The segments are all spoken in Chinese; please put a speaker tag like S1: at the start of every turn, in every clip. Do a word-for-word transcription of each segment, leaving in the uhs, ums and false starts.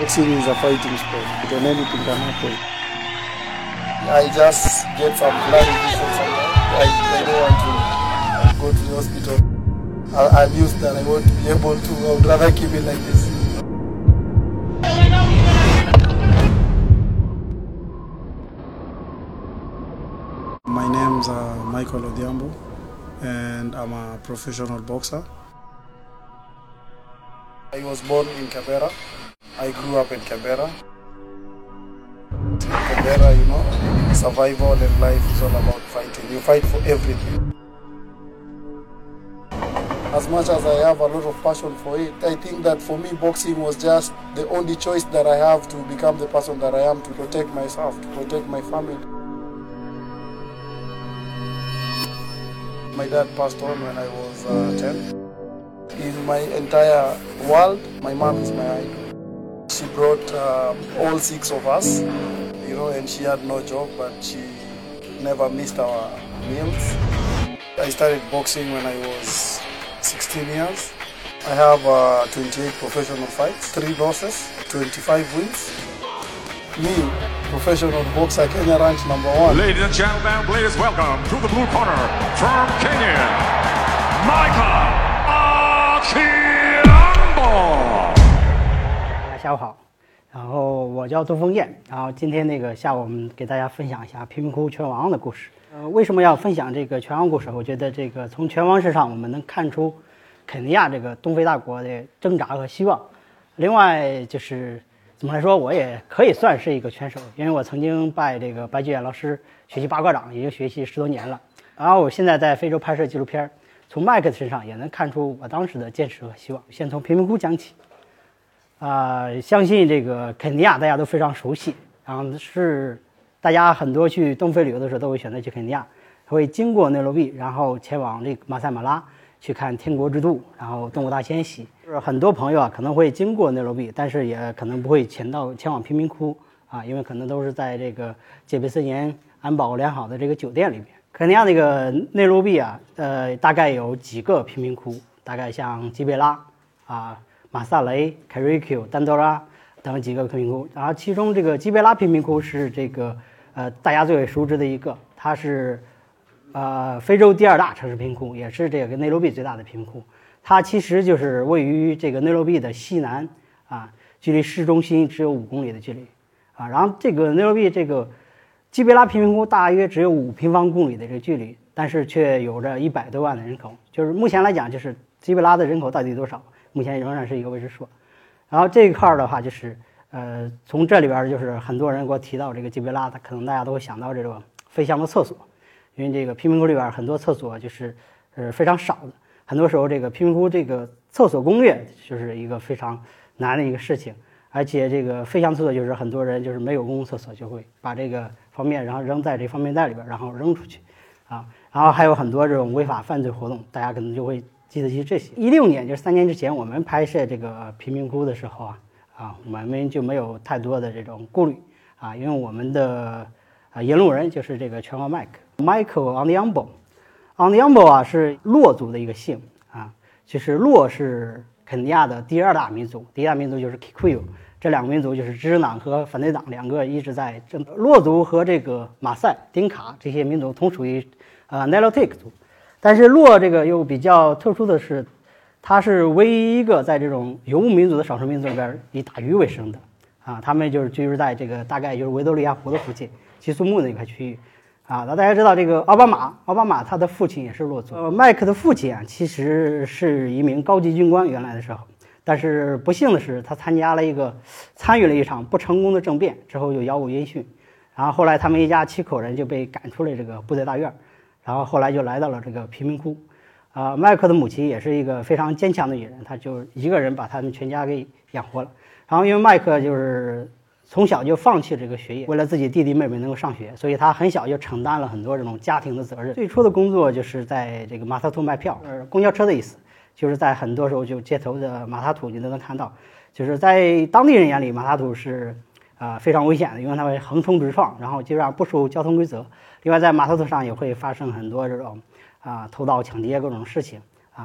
S1: Boxing is a fighting sport, then anything can happen. I just get some blood infusion sometimes. I, I don't want to go to the hospital. I, I'm used that I won't be able to. I would rather keep it like this. My name's uh, Michael Odhiambo, and I'm a professional boxer. I was born in Canberra. I grew up in Canberra. In Canberra, you know, survival and life is all about fighting. You fight for everything. As much as I have a lot of passion for it, I think that for me boxing was just the only choice that I have to become the person that I am, to protect myself, to protect my family. My dad passed on when I was uh, ten. In my entire world, my mom is my idol. She brought um, all six of us, you know, and she had no job, but she never missed our meals. I started boxing when I was sixteen years. I have uh, twenty-eight professional fights, three losses, twenty-five wins. Me, professional boxer, Kenya ranks number one.
S2: Ladies and gentlemen, please welcome to the blue corner from Kenya, Michael Odhiambo。
S3: 大家下午好，然后我叫杜峰燕，然后今天那个下午我们给大家分享一下贫民窟拳王的故事。呃，为什么要分享这个拳王故事？我觉得这个从拳王身上我们能看出肯尼亚这个东非大国的挣扎和希望。另外就是怎么来说，我也可以算是一个拳手，因为我曾经拜这个白居远老师学习八卦掌，已经学习十多年了。然后我现在在非洲拍摄纪录片，从麦克身上也能看出我当时的坚持和希望。先从贫民窟讲起，啊、呃，相信这个肯尼亚大家都非常熟悉，然后是大家很多去东非旅游的时候都会选择去肯尼亚，会经过内罗毕，然后前往这个马赛马拉去看天国之都，然后动物大迁徙。就是很多朋友啊可能会经过内罗毕，但是也可能不会前到前往贫民窟啊，因为可能都是在这个戒备森严、安保良好的这个酒店里面。肯尼亚那个内罗毕啊，呃，大概有几个贫民窟，大概像吉贝拉啊、马萨雷、凯瑞 Q、丹多拉等几个贫民窟。然后其中这个吉贝拉贫民窟是这个呃大家最为熟知的一个，它是呃非洲第二大城市贫民窟，也是这个内罗毕最大的贫民窟。它其实就是位于这个内罗毕的西南啊，距离市中心只有五公里的距离啊。然后这个内罗毕这个基贝拉贫民窟大约只有五平方公里的这个距离，但是却有着一百多万的人口。就是目前来讲，就是基贝拉的人口到底多少，目前仍然是一个未知数。然后这一块的话，就是呃，从这里边就是很多人给我提到这个基贝拉，他可能大家都会想到这种飞翔的厕所，因为这个贫民窟里边很多厕所就是呃非常少的。很多时候，这个贫民窟这个厕所攻略就是一个非常难的一个事情，而且这个飞翔厕所就是很多人就是没有公共厕所，就会把这个方便然后扔在这方便袋里边，然后扔出去，啊，然后还有很多这种违法犯罪活动，大家可能就会记得起这些。一六年就是三年之前，我们拍摄这个贫民窟的时候啊，啊，我们就没有太多的这种顾虑啊，因为我们的啊引路人就是这个拳王 Mike，Michael Odhiambo。Odhiambo 啊是洛族的一个姓啊，其实洛是肯尼亚的第二大民族，第一大民族就是 Kikuyu， 这两个民族就是执政党和反对党两个一直在争。洛族和这个马赛、丁卡这些民族同属于呃 Nilotic 族，但是洛这个又比较特殊的是，它是唯一一个在这种游牧民族的少数民族里边以打鱼为生的啊，他们就是居住在这个大概就是维多利亚湖的附近基苏木的一块区域。啊，那大家知道这个奥巴马，奥巴马他的父亲也是洛族。呃，麦克的父亲啊，其实是一名高级军官，原来的时候，但是不幸的是，他参加了一个参与了一场不成功的政变，之后就杳无音讯。然后后来他们一家七口人就被赶出了这个部队大院，然后后来就来到了这个贫民窟。啊、呃，麦克的母亲也是一个非常坚强的女人，她就一个人把他们全家给养活了。然后因为麦克就是从小就放弃这个学业，为了自己弟弟妹妹能够上学，所以他很小就承担了很多这种家庭的责任。最初的工作就是在这个马塔图卖票，呃，公交车的意思，就是在很多时候就街头的马塔图你都能看到，就是在当地人眼里，马塔图是啊、呃、非常危险的，因为它会横冲直撞，然后基本上不守交通规则。另外，在马塔图上也会发生很多这种啊、呃、偷盗、抢劫各种事情啊。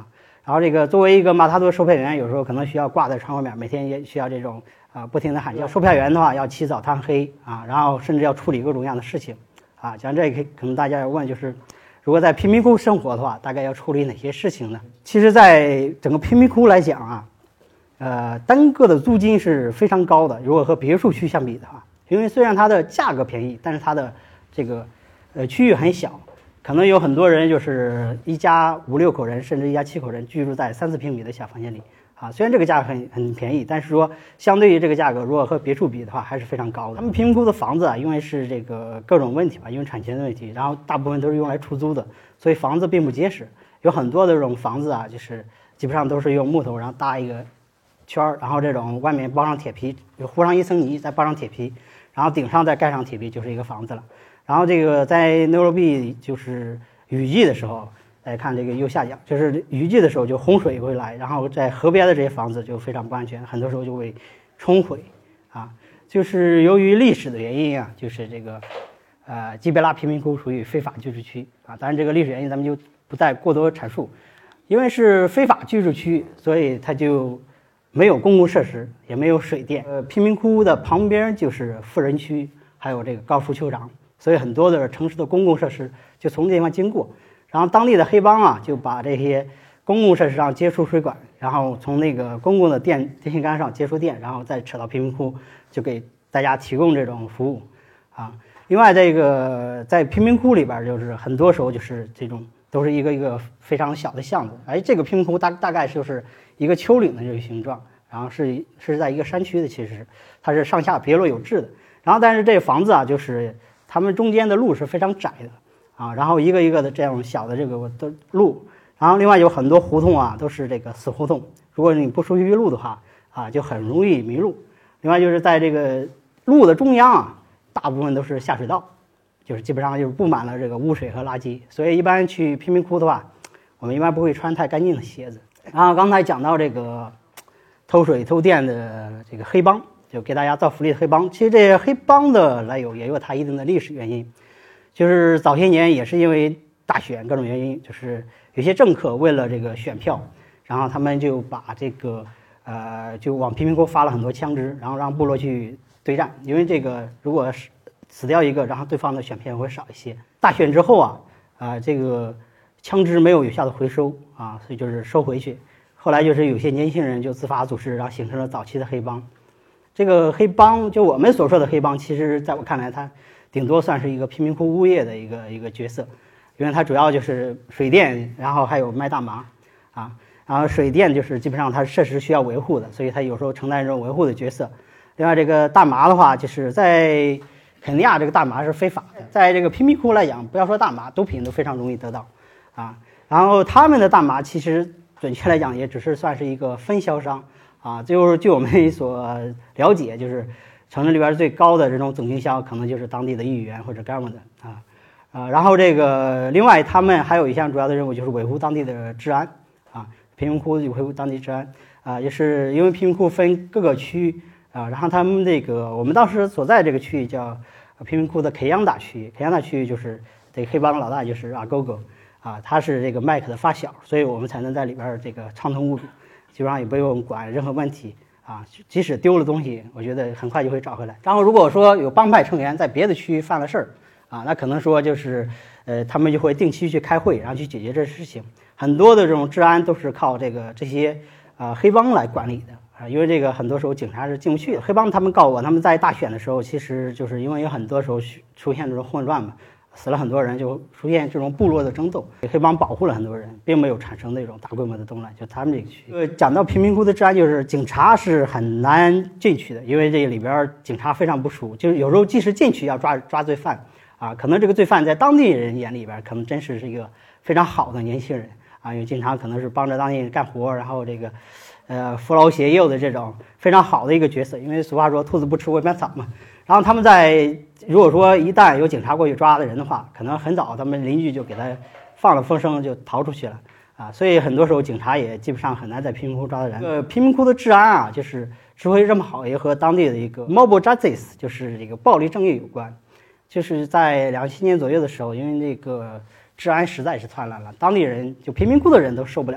S3: 然后这个作为一个马塔多售票员，有时候可能需要挂在窗户面，每天也需要这种啊、呃、不停的喊叫。售票员的话要起早贪黑啊，然后甚至要处理各种各样的事情啊。讲这个可能大家要问就是，如果在贫民窟生活的话，大概要处理哪些事情呢？其实，在整个贫民窟来讲啊，呃，单个的租金是非常高的。如果和别墅区相比的话，因为虽然它的价格便宜，但是它的这个呃区域很小。可能有很多人就是一家五六口人，甚至一家七口人居住在三四平米的小房间里啊。虽然这个价格很很便宜，但是说相对于这个价格，如果和别墅比的话，还是非常高的。他们贫民窟的房子啊，因为是这个各种问题吧，因为产权的问题，然后大部分都是用来出租的，所以房子并不结实。有很多的这种房子啊，就是基本上都是用木头，然后搭一个圈儿，然后这种外面包上铁皮，就糊上一层泥，再包上铁皮，然后顶上再盖上铁皮，就是一个房子了。然后这个在内罗毕就是雨季的时候，来看这个右下角，就是雨季的时候就洪水会来，然后在河边的这些房子就非常不安全，很多时候就会冲毁啊。就是由于历史的原因啊，就是这个呃基贝拉贫民窟属于非法居住区啊。当然这个历史原因咱们就不再过多阐述，因为是非法居住区，所以它就没有公共设施，也没有水电。呃，贫民窟的旁边就是富人区，还有这个高尔夫球场。所以很多的城市的公共设施就从这地方经过，然后当地的黑帮啊就把这些公共设施上接触水管，然后从那个公共的电电线杆上接触电，然后再扯到贫民窟，就给大家提供这种服务啊。另外，这个在贫民窟里边，就是很多时候就是这种都是一个一个非常小的巷子，哎，这个贫民窟大大概就是一个丘陵的这个形状，然后是是在一个山区的，其实它是上下别落有致的。然后但是这个房子啊，就是他们中间的路是非常窄的啊，然后一个一个的这样小的这个的路，然后另外有很多胡同啊都是这个死胡同，如果你不熟悉路的话啊，就很容易迷路。另外就是在这个路的中央啊，大部分都是下水道，就是基本上就是布满了这个污水和垃圾，所以一般去贫民窟的话，我们一般不会穿太干净的鞋子。然后刚才讲到这个偷水偷电的这个黑帮，就给大家造福利的黑帮，其实这些黑帮的来由也有它一定的历史原因，就是早些年也是因为大选各种原因，就是有些政客为了这个选票，然后他们就把这个呃就往贫民窟发了很多枪支，然后让部落去对战，因为这个如果是死掉一个，然后对方的选票会少一些。大选之后啊，啊、呃、这个枪支没有有效的回收啊，所以就是收回去。后来就是有些年轻人就自发组织，然后形成了早期的黑帮。这个黑帮，就我们所说的黑帮，其实在我看来，它顶多算是一个贫民窟物业的一个一个角色，因为它主要就是水电，然后还有卖大麻，啊，然后水电就是基本上它设施需要维护的，所以它有时候承担这种维护的角色。另外，这个大麻的话，就是在肯尼亚这个大麻是非法的，在这个贫民窟来讲，不要说大麻，毒品都非常容易得到，啊，然后他们的大麻其实准确来讲也只是算是一个分销商。啊，就是据我们所了解，就是城市里边最高的这种总经销，可能就是当地的议员或者 government 啊，啊，然后这个另外他们还有一项主要的任务就是维护当地的治安啊，贫民窟就维护当地治安啊，就是因为贫民窟分各个区啊，然后他们这个我们当时所在这个区域叫贫民窟的凯央达区域，凯央达区域就是这个黑帮老大就是阿狗狗啊，他是这个麦克的发小，所以我们才能在里边这个畅通无阻。基本上也不用管任何问题啊，即使丢了东西，我觉得很快就会找回来。然后如果说有帮派成员在别的区域犯了事儿啊，那可能说就是，呃，他们就会定期去开会，然后去解决这事情。很多的这种治安都是靠这个这些啊黑帮来管理的啊，因为这个很多时候警察是进不去的。黑帮他们告我，他们在大选的时候，其实就是因为有很多时候出现这种混乱嘛。死了很多人，就出现这种部落的争斗，黑帮保护了很多人，并没有产生那种大规模的动乱。就他们这个区域，呃，讲到贫民窟的治安，就是警察是很难进去的，因为这里边警察非常不熟，就是有时候即使进去要抓抓罪犯啊，可能这个罪犯在当地人眼里边，可能真是是一个非常好的年轻人啊，因为经常可能是帮着当地人干活，然后这个呃扶老携幼的这种非常好的一个角色。因为俗话说兔子不吃窝边草嘛，然后他们在。如果说一旦有警察过去抓的人的话，可能很早他们邻居就给他放了风声，就逃出去了啊。所以很多时候警察也基本上很难在贫民窟抓到人。呃，贫民窟的治安啊，就是之所以这么好，也和当地的一个 mob justice， 就是这个暴力正义有关。就是在两千年左右的时候，因为那个治安实在是泛滥了，当地人就贫民窟的人都受不了了，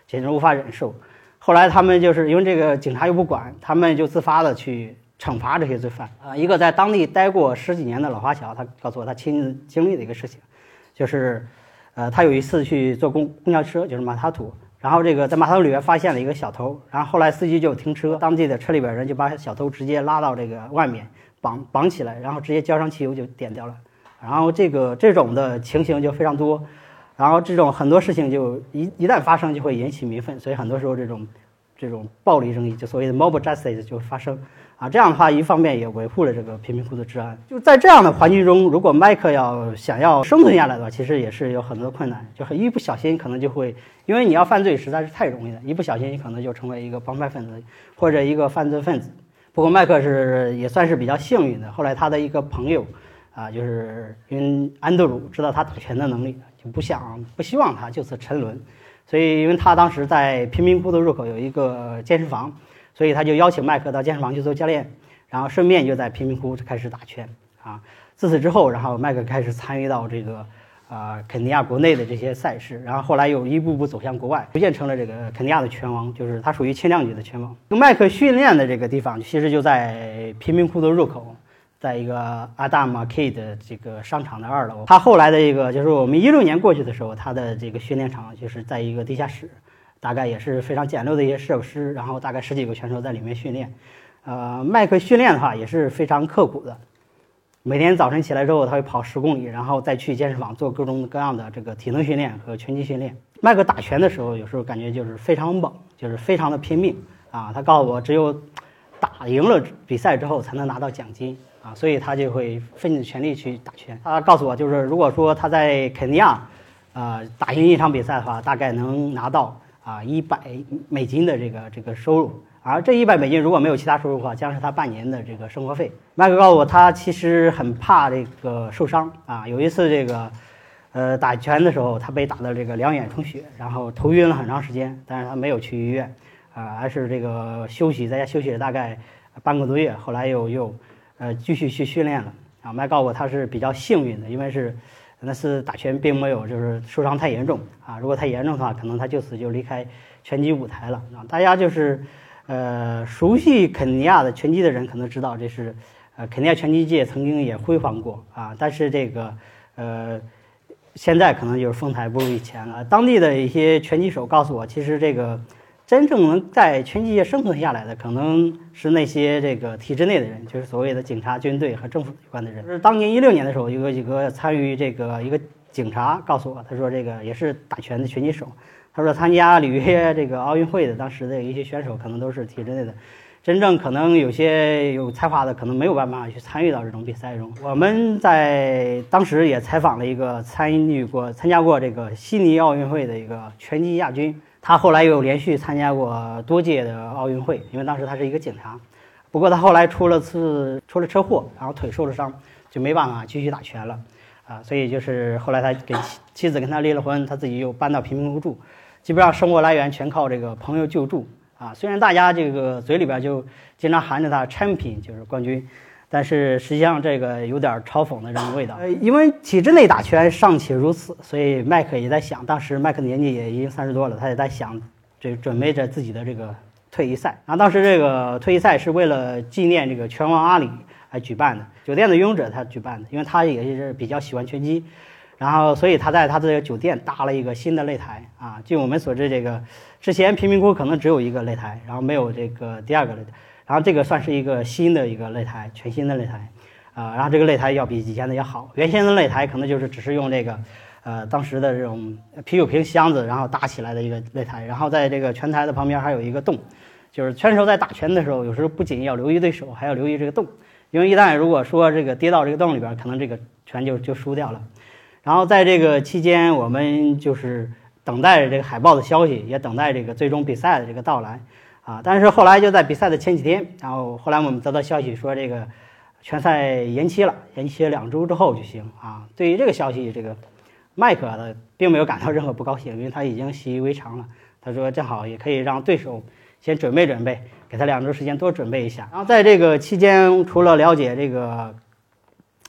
S3: 简直无法忍受。后来他们就是因为这个警察又不管，他们就自发的去惩罚这些罪犯啊。一个在当地待过十几年的老华侨，他告诉我他亲自经历的一个事情，就是，呃，他有一次去坐公公交车，就是马塔土，然后这个在马塔土里面发现了一个小偷，然后后来司机就停车，当地的车里边人就把小偷直接拉到这个外面绑绑起来，然后直接浇上汽油就点掉了。然后这个这种的情形就非常多。然后这种很多事情就一一旦发生就会引起民愤，所以很多时候这种这种暴力争议，就所谓的 mob justice 就发生啊。这样的话，一方面也维护了这个贫民窟的治安。就在这样的环境中，如果麦克要想要生存下来的话，其实也是有很多困难，就一不小心可能就会，因为你要犯罪实在是太容易了，一不小心你可能就成为一个帮派分子或者一个犯罪分子。不过麦克是也算是比较幸运的，后来他的一个朋友啊，就是因为安德鲁知道他打拳的能力，就不想不希望他就此沉沦，所以因为他当时在贫民窟的入口有一个健身房，所以他就邀请麦克到健身房去做教练，然后顺便就在贫民窟开始打拳啊。自此之后，然后麦克开始参与到这个啊、呃、肯尼亚国内的这些赛事，然后后来又一步步走向国外，逐渐成了这个肯尼亚的拳王，就是他属于轻量级的拳王。麦克训练的这个地方其实就在贫民窟的入口。在一个阿达马 K 的这个商场的二楼，他后来的一个就是我们一六年过去的时候，他的这个训练场就是在一个地下室，大概也是非常简陋的一些设施，然后大概十几个拳手在里面训练。呃，麦克训练的话也是非常刻苦的，每天早晨起来之后他会跑十公里，然后再去健身房做各种各样的这个体能训练和拳击训练。麦克打拳的时候，有时候感觉就是非常猛，就是非常的拼命啊。他告诉我，只有打赢了比赛之后才能拿到奖金。啊，所以他就会费尽全力去打拳。他告诉我，就是如果说他在肯尼亚，呃，打赢一场比赛的话，大概能拿到啊一百美金的这个这个收入。而这一百美金如果没有其他收入的话，将是他半年的这个生活费。麦克告诉我，他其实很怕这个受伤啊。有一次这个，呃，打拳的时候，他被打的这个两眼充血，然后头晕了很长时间，但是他没有去医院，啊，而是这个休息，在家休息了大概半个多月，后来又又。呃，继续去训练了啊。麦告诉我他是比较幸运的，因为是那次打拳并没有就是受伤太严重啊。如果太严重的话，可能他就此就离开拳击舞台了啊。大家就是呃熟悉肯尼亚的拳击的人可能知道，这是呃肯尼亚拳击界曾经也辉煌过啊。但是这个呃现在可能就是风采不如以前了。当地的一些拳击手告诉我，其实这个。真正能在拳击界生存下来的，可能是那些这个体制内的人，就是所谓的警察、军队和政府有关的人。就是当年一六年的时候，有个几个参与这个一个警察告诉我，他说这个也是打拳的拳击手，他说参加里约这个奥运会的当时的一些选手可能都是体制内的，真正可能有些有才华的可能没有办法去参与到这种比赛中。我们在当时也采访了一个参与过、参加过这个悉尼奥运会的一个拳击亚军。他后来又连续参加过多届的奥运会，因为当时他是一个警察。不过他后来出了次出了车祸，然后腿受了伤，就没办法继续打拳了，啊，所以就是后来他跟妻子跟他离了婚，他自己又搬到贫民窟住，基本上生活来源全靠这个朋友救助啊。虽然大家这个嘴里边就经常喊着他 champion 就是冠军，但是实际上这个有点嘲讽的这种味道。呃，因为体制内打拳尚且如此，所以麦克也在想，当时麦克的年纪也已经三十多了，他也在想，这准备着自己的这个退役赛。然后当时这个退役赛是为了纪念这个拳王阿里来举办的，酒店的拥者他举办的，因为他也是比较喜欢拳击，然后所以他在他的酒店搭了一个新的擂台啊。据我们所知，这个之前贫民窟可能只有一个擂台，然后没有这个第二个擂台。然后这个算是一个新的一个擂台，全新的擂台，啊、呃，然后这个擂台要比以前的要好。原先的擂台可能就是只是用这个，呃，当时的这种啤酒瓶箱子，然后搭起来的一个擂台，然后在这个拳台的旁边还有一个洞，就是拳手在打拳的时候，有时候不仅要留意对手，还要留意这个洞，因为一旦如果说这个跌到这个洞里边，可能这个拳就就输掉了。然后在这个期间，我们就是等待着这个海报的消息，也等待这个最终比赛的这个到来。啊，但是后来就在比赛的前几天，然后后来我们得到消息说这个拳赛延期了，延期了两周之后就行啊。对于这个消息，这个麦克呢并没有感到任何不高兴，因为他已经习以为常了。他说正好也可以让对手先准备准备，给他两周时间多准备一下。然后在这个期间，除了了解这个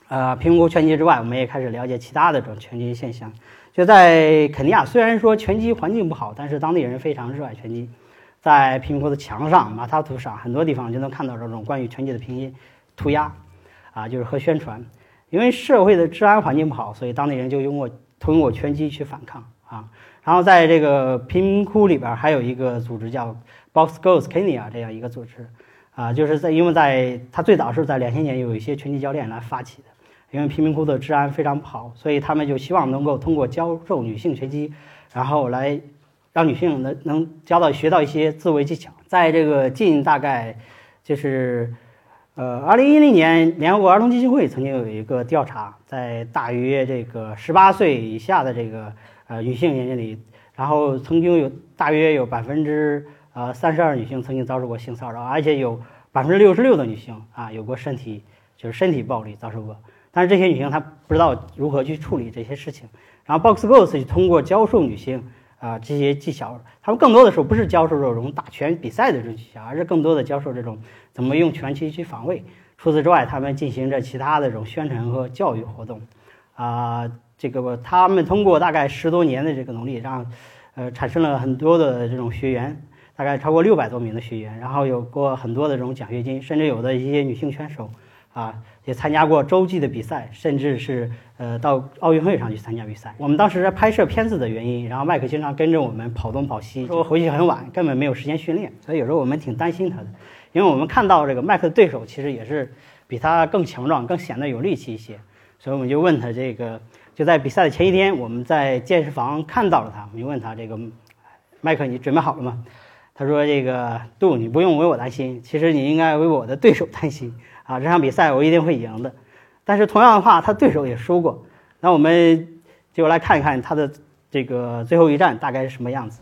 S3: 呃，贫民窟拳击之外，我们也开始了解其他的这种拳击现象。就在肯尼亚，虽然说拳击环境不好，但是当地人非常热爱拳击。在贫民窟的墙上、马塔图上，很多地方就能看到这种关于拳击的拼音涂鸦，啊，就是和宣传。因为社会的治安环境不好，所以当地人就用过通过拳击去反抗啊。然后在这个贫民窟里边还有一个组织叫 Box Girls Kenya 这样一个组织，啊，就是在因为在它最早是在两千年有一些拳击教练来发起的。因为贫民窟的治安非常不好，所以他们就希望能够通过教授女性拳击，然后来让女性能能教到学到一些自卫技巧。在这个近大概就是呃二零一零年，联合国儿童基金会曾经有一个调查，在大约这个十八岁以下的这个呃女性年龄里，然后曾经有大约有百分之呃三十二女性曾经遭受过性骚扰，而且有百分之六十六的女性啊有过身体就是身体暴力遭受过。但是这些女性她不知道如何去处理这些事情，然后 Box Girls 就通过教授女性啊、呃、这些技巧，他们更多的时候不是教授这种打拳比赛的这种技巧，而是更多的教授这种怎么用拳击去防卫。除此之外，他们进行着其他的这种宣传和教育活动，啊、呃，这个他们通过大概十多年的这个努力，让呃产生了很多的这种学员，大概超过六百多名的学员，然后有过很多的这种奖学金，甚至有的一些女性选手。啊，也参加过洲际的比赛，甚至是呃到奥运会上去参加比赛。我们当时在拍摄片子的原因，然后麦克经常跟着我们跑东跑西，说回去很晚，根本没有时间训练，所以有时候我们挺担心他的，因为我们看到这个麦克的对手其实也是比他更强壮，更显得有力气一些，所以我们就问他这个，就在比赛的前一天，我们在健身房看到了他，我们就问他这个，麦克你准备好了吗？他说这个杜，你不用为我担心，其实你应该为我的对手担心。啊，这场比赛我一定会赢的。但是同样的话，他对手也输过。那我们就来看一看他的这个最后一战大概是什么样子。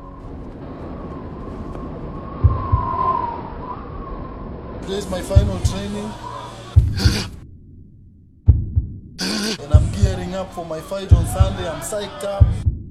S4: Today's my final training, and I'm gearing up for my fight on Sunday. I'm psyched up.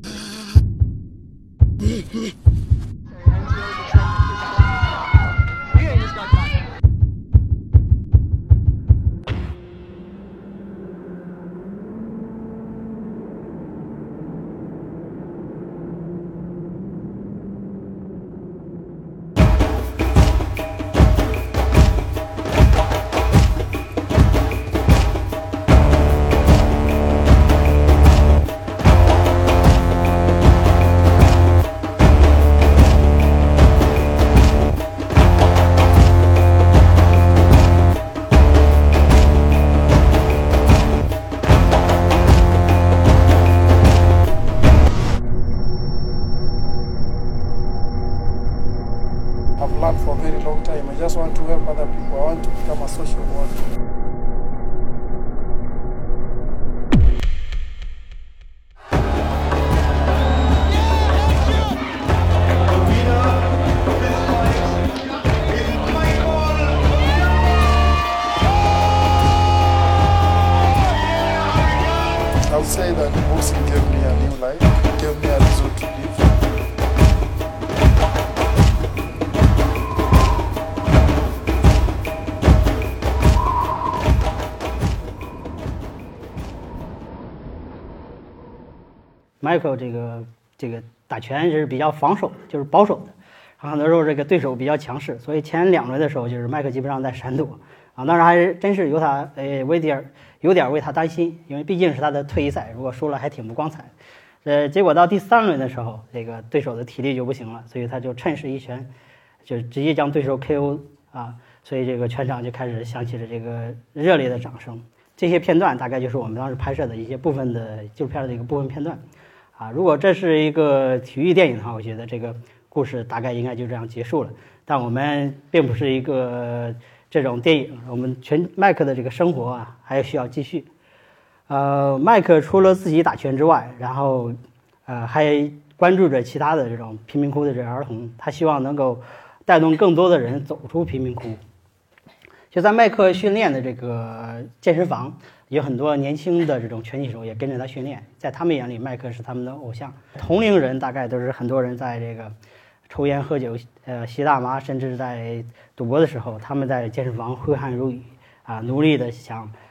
S1: I've learned for a very long time. I just want to help other people. I want to become a social worker. I would say that boxing gave me a new life, gave me a reason to live.
S3: Michael 这个这个打拳是比较防守，就是保守的，然后很多时候这个对手比较强势，所以前两轮的时候就是麦克基本上在闪躲啊，当时还是真是有他呃为点有点为他担心，因为毕竟是他的退役赛，如果输了还挺不光彩。呃，结果到第三轮的时候，这个对手的体力就不行了，所以他就趁势一拳，就直接将对手 K O 啊，所以这个全场就开始响起了这个热烈的掌声。这些片段大概就是我们当时拍摄的一些部分的纪录片的一个部分片段。啊，如果这是一个体育电影的话，我觉得这个故事大概应该就这样结束了。但我们并不是一个这种电影，我们全麦克的这个生活啊，还需要继续。呃，麦克除了自己打拳之外，然后呃还关注着其他的这种贫民窟的这儿童，他希望能够带动更多的人走出贫民窟。就在麦克训练的这个健身房，有很多年轻的这种拳击手也跟着他训练，在他们眼里，麦克是他们的偶像。同龄人大概都是很多人在这个抽烟喝酒、呃吸大麻，甚至在赌博的时候，他们在健身房挥汗如雨啊，努力的想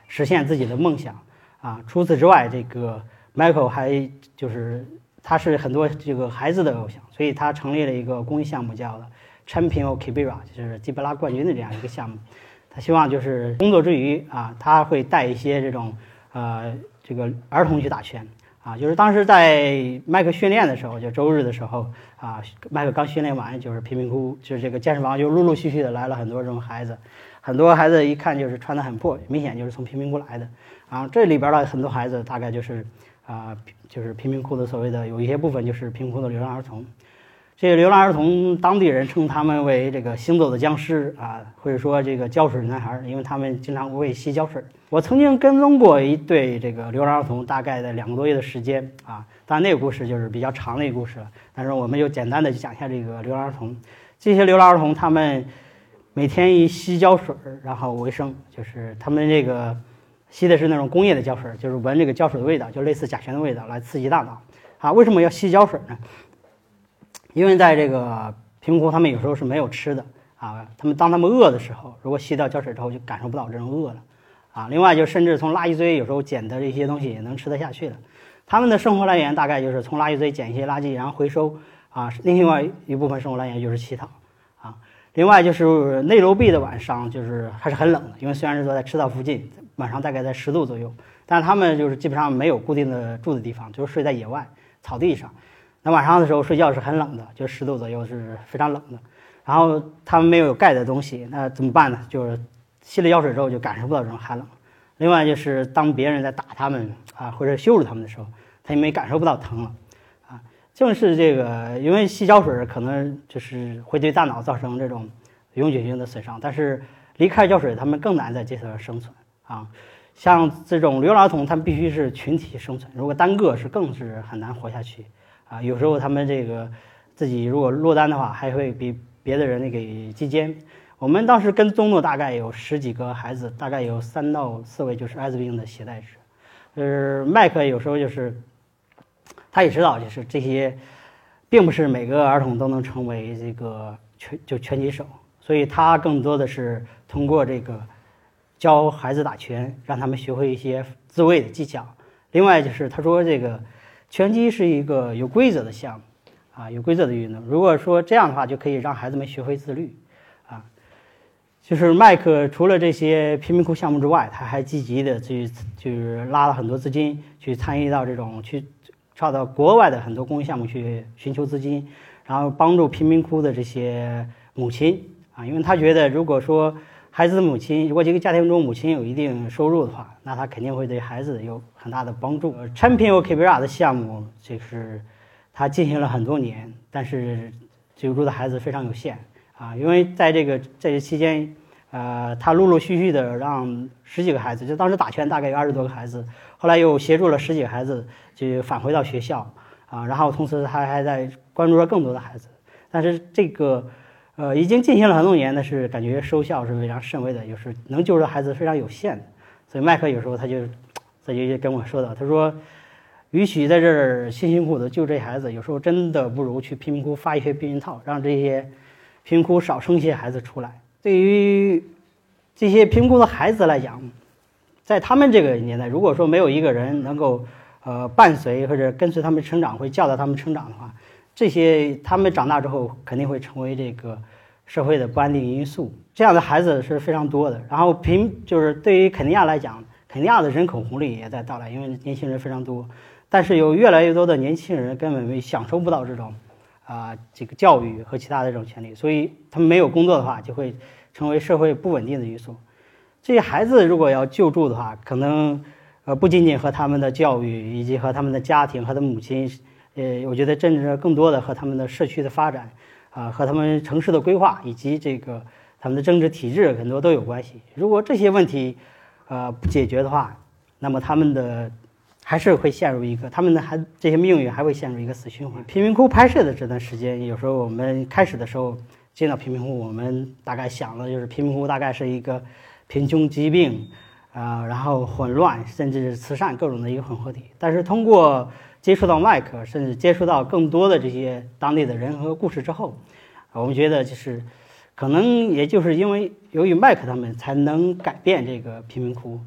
S3: 实现自己的梦想啊。除此之外，这个 Michael 还就是他是很多这个孩子的偶像，所以他成立了一个公益项目，叫的 Champion of Kibera， 就是基贝拉冠军的这样一个项目。他希望就是工作之余啊，他会带一些这种呃这个儿童去打拳啊。就是当时在麦克训练的时候，就周日的时候啊，麦克刚训练完，就是贫民窟，就是这个健身房就陆陆续续的来了很多这种孩子，很多孩子一看就是穿得很破，明显就是从贫民窟来的。啊，这里边的很多孩子大概就是啊，就是贫民窟的所谓的有一些部分就是贫民窟的流浪儿童。这个流浪儿童，当地人称他们为这个行走的僵尸啊，或者说这个胶水男孩，因为他们经常为吸胶水。我曾经跟踪过一对这个流浪儿童，大概在两个多月的时间啊。当然那个故事就是比较长的一个故事了，但是我们就简单的讲一下这个流浪儿童。这些流浪儿童他们每天以吸胶水然后为生，就是他们这个吸的是那种工业的胶水，就是闻这个胶水的味道，就类似甲醛的味道来刺激大脑啊。为什么要吸胶水呢？因为在这个贫民窟，他们有时候是没有吃的啊。他们当他们饿的时候，如果吸到胶水之后，就感受不到这种饿了啊。另外，就甚至从垃圾堆有时候捡的这些东西也能吃得下去的。他们的生活来源大概就是从垃圾堆捡一些垃圾，然后回收啊。另外一部分生活来源就是乞讨啊。另外就是内罗毕的晚上就是还是很冷的，因为虽然是说在赤道附近，晚上大概在十度左右，但是他们就是基本上没有固定的住的地方，就是睡在野外草地上。那晚上的时候睡觉是很冷的，就十度左右是非常冷的。然后他们没有盖的东西，那怎么办呢？就是吸了药水之后就感受不到这种寒冷。另外就是当别人在打他们啊或者羞辱他们的时候，他也没感受不到疼了啊。正是这个，因为吸胶水可能就是会对大脑造成这种永久性的损伤，但是离开胶水，他们更难在这上生存啊。像这种流浪儿童，他们必须是群体生存，如果单个是更是很难活下去。啊，有时候他们这个自己如果落单的话，还会比别的人那给击奸。我们当时跟踪的大概有十几个孩子，大概有三到四位就是艾滋病的携带者。就是麦克有时候就是他也知道，就是这些并不是每个儿童都能成为这个拳就拳击手，所以他更多的是通过这个教孩子打拳，让他们学会一些自卫的技巧。另外就是他说这个拳击是一个有规则的项目啊，有规则的运动。如果说这样的话，就可以让孩子们学会自律啊。就是麦克除了这些贫民窟项目之外，他还积极的去就是拉了很多资金，去参与到这种去找到国外的很多公益项目去寻求资金，然后帮助贫民窟的这些母亲啊，因为他觉得如果说孩子的母亲，如果这个家庭中母亲有一定收入的话，那他肯定会对孩子有很大的帮助。Champion of Kibera 的项目就是他进行了很多年，但是救助的孩子非常有限啊，因为在这个这期间，呃，他陆陆续续的让十几个孩子，就当时打拳大概有二十多个孩子，后来又协助了十几个孩子就返回到学校啊，然后同时他还在关注了更多的孩子，但是这个。呃，已经进行了很多年，但是感觉收效是非常甚微的，就是能救助的孩子非常有限的。所以麦克有时候他就，他就跟我说到，他说，与其在这儿辛辛苦苦的救这些孩子，有时候真的不如去贫民窟发一些避孕套，让这些贫民窟少生一些孩子出来。对于这些贫民窟的孩子来讲，在他们这个年代，如果说没有一个人能够呃伴随或者跟随他们成长，会教导他们成长的话，这些他们长大之后肯定会成为这个社会的不安定因素。这样的孩子是非常多的。然后贫就是对于肯尼亚来讲，肯尼亚的人口红利也在到来，因为年轻人非常多，但是有越来越多的年轻人根本没享受不到这种啊、呃、这个教育和其他的这种权利，所以他们没有工作的话，就会成为社会不稳定的因素。这些孩子如果要救助的话，可能呃不仅仅和他们的教育，以及和他们的家庭和他的母亲。呃，我觉得甚至更多的和他们的社区的发展，啊、呃，和他们城市的规划以及这个他们的政治体制很多都有关系。如果这些问题，呃，不解决的话，那么他们的还是会陷入一个，他们的还这些命运还会陷入一个死循环。贫民窟拍摄的这段时间，有时候我们开始的时候见到贫民窟，我们大概想的就是贫民窟大概是一个贫穷、疾病，啊、呃，然后混乱，甚至慈善各种的一个混合体。但是通过接触到麦克，甚至接触到更多的这些当地的人和故事之后，我们觉得就是可能也就是因为由于麦克他们才能改变这个贫民窟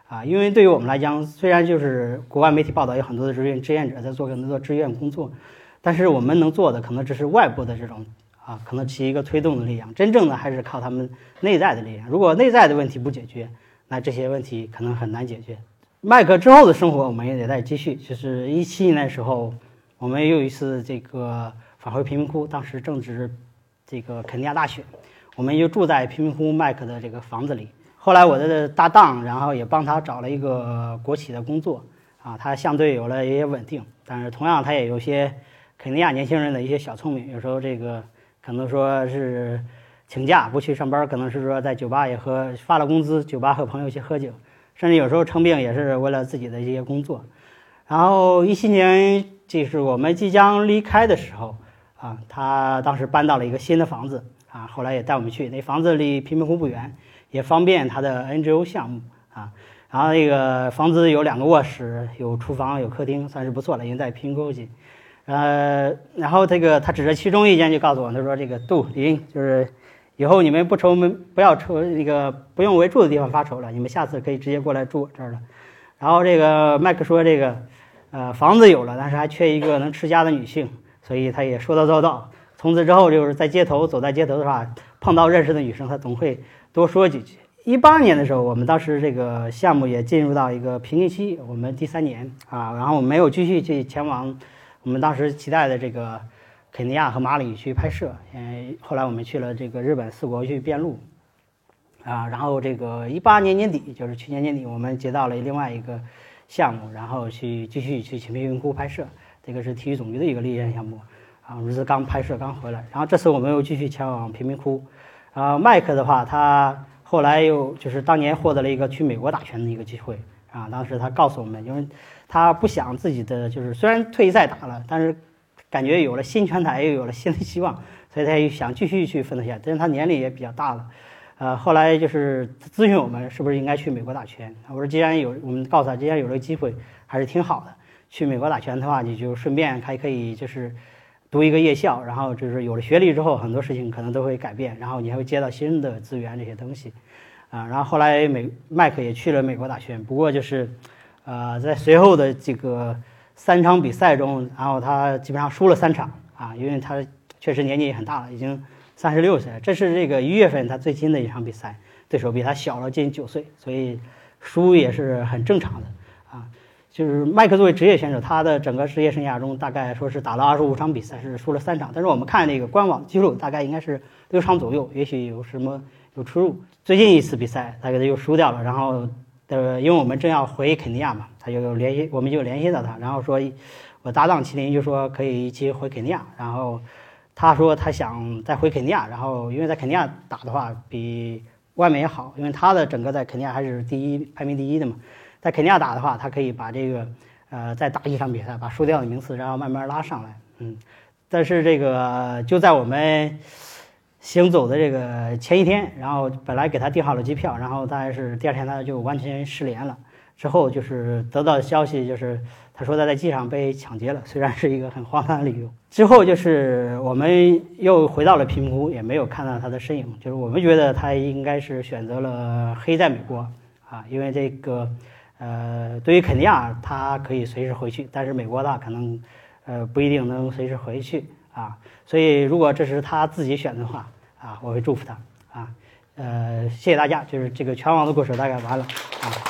S3: 啊，因为对于我们来讲，虽然就是国外媒体报道有很多的志愿志愿者在做很多的志愿工作，但是我们能做的可能只是外部的这种啊，可能起一个推动的力量，真正的还是靠他们内在的力量。如果内在的问题不解决，那这些问题可能很难解决。麦克之后的生活我们也得再继续，就是一七年的时候，我们又一次这个返回贫民窟，当时正值这个肯尼亚大选，我们就住在贫民窟麦克的这个房子里。后来我的搭档，然后也帮他找了一个国企的工作啊，他相对有了一些稳定，但是同样他也有些肯尼亚年轻人的一些小聪明，有时候这个可能说是请假不去上班，可能是说在酒吧也喝，发了工资酒吧和朋友去喝酒，甚至有时候生病也是为了自己的一些工作。然后一七年就是我们即将离开的时候啊，他当时搬到了一个新的房子啊，后来也带我们去，那房子离贫民窟不远，也方便他的 N G O 项目啊。然后那个房子有两个卧室，有厨房，有客厅，算是不错了，因为在贫民窟去。呃，然后这个他指着其中一间就告诉我，他说这个杜林就是以后你们不愁门不要愁那个不用为住的地方发愁了，你们下次可以直接过来住我这儿了。然后这个麦克说这个呃房子有了，但是还缺一个能持家的女性，所以他也说到做到。从此之后就是在街头走在街头的话，碰到认识的女生，他总会多说几句。一八年的时候，我们当时这个项目也进入到一个瓶颈期，我们第三年啊，然后我们没有继续去前往我们当时期待的这个肯尼亚和马里去拍摄，嗯，后来我们去了这个日本四国去遍路，啊，然后这个一八年年底，就是去年年底，我们接到了另外一个项目，然后去继续去贫民窟拍摄，这个是体育总局的一个立项项目，啊，我们是刚拍摄刚回来，然后这次我们又继续前往贫民窟，啊，麦克的话，他后来又就是当年获得了一个去美国打拳的一个机会，啊，当时他告诉我们，因为他不想自己的就是虽然退赛打了，但是感觉有了新拳台，又有了新的希望，所以他也想继续去奋斗下去。但是他年龄也比较大了，呃，后来就是咨询我们是不是应该去美国打拳。我说既然有，我们告诉他，既然有这个机会，还是挺好的。去美国打拳的话，你就顺便还可以就是读一个夜校，然后就是有了学历之后，很多事情可能都会改变，然后你还会接到新的资源这些东西，啊，然后后来美麦克也去了美国打拳，不过就是。呃，在随后的这个三场比赛中，然后他基本上输了三场啊，因为他确实年纪也很大了，已经三十六岁了。这是这个一月份他最近的一场比赛，对手比他小了近九岁，所以输也是很正常的啊。就是麦克作为职业选手，他的整个职业生涯中大概说是打了二十五场比赛，是输了三场。但是我们看那个官网记录，大概应该是六场左右，也许有什么有出入。最近一次比赛，他给他又输掉了，然后。呃，因为我们正要回肯尼亚嘛，他就联系，我们就联系到他，然后说，我搭档麒麟就说可以一起回肯尼亚，然后他说他想再回肯尼亚，然后因为在肯尼亚打的话比外面也好，因为他的整个在肯尼亚还是第一排名第一的嘛，在肯尼亚打的话，他可以把这个呃再打一场比赛，把输掉的名次然后慢慢拉上来，嗯，但是这个就在我们。行走的这个前一天，然后本来给他订好了机票，然后但是第二天他就完全失联了。之后就是得到的消息，就是他说他在机场被抢劫了，虽然是一个很荒诞的理由。之后就是我们又回到了贫民窟，也没有看到他的身影。就是我们觉得他应该是选择了黑在美国啊，因为这个呃，对于肯尼亚他可以随时回去，但是美国的话可能呃不一定能随时回去。啊，所以如果这是他自己选的话，啊，我会祝福他啊，呃，谢谢大家，就是这个拳王的故事大概完了啊。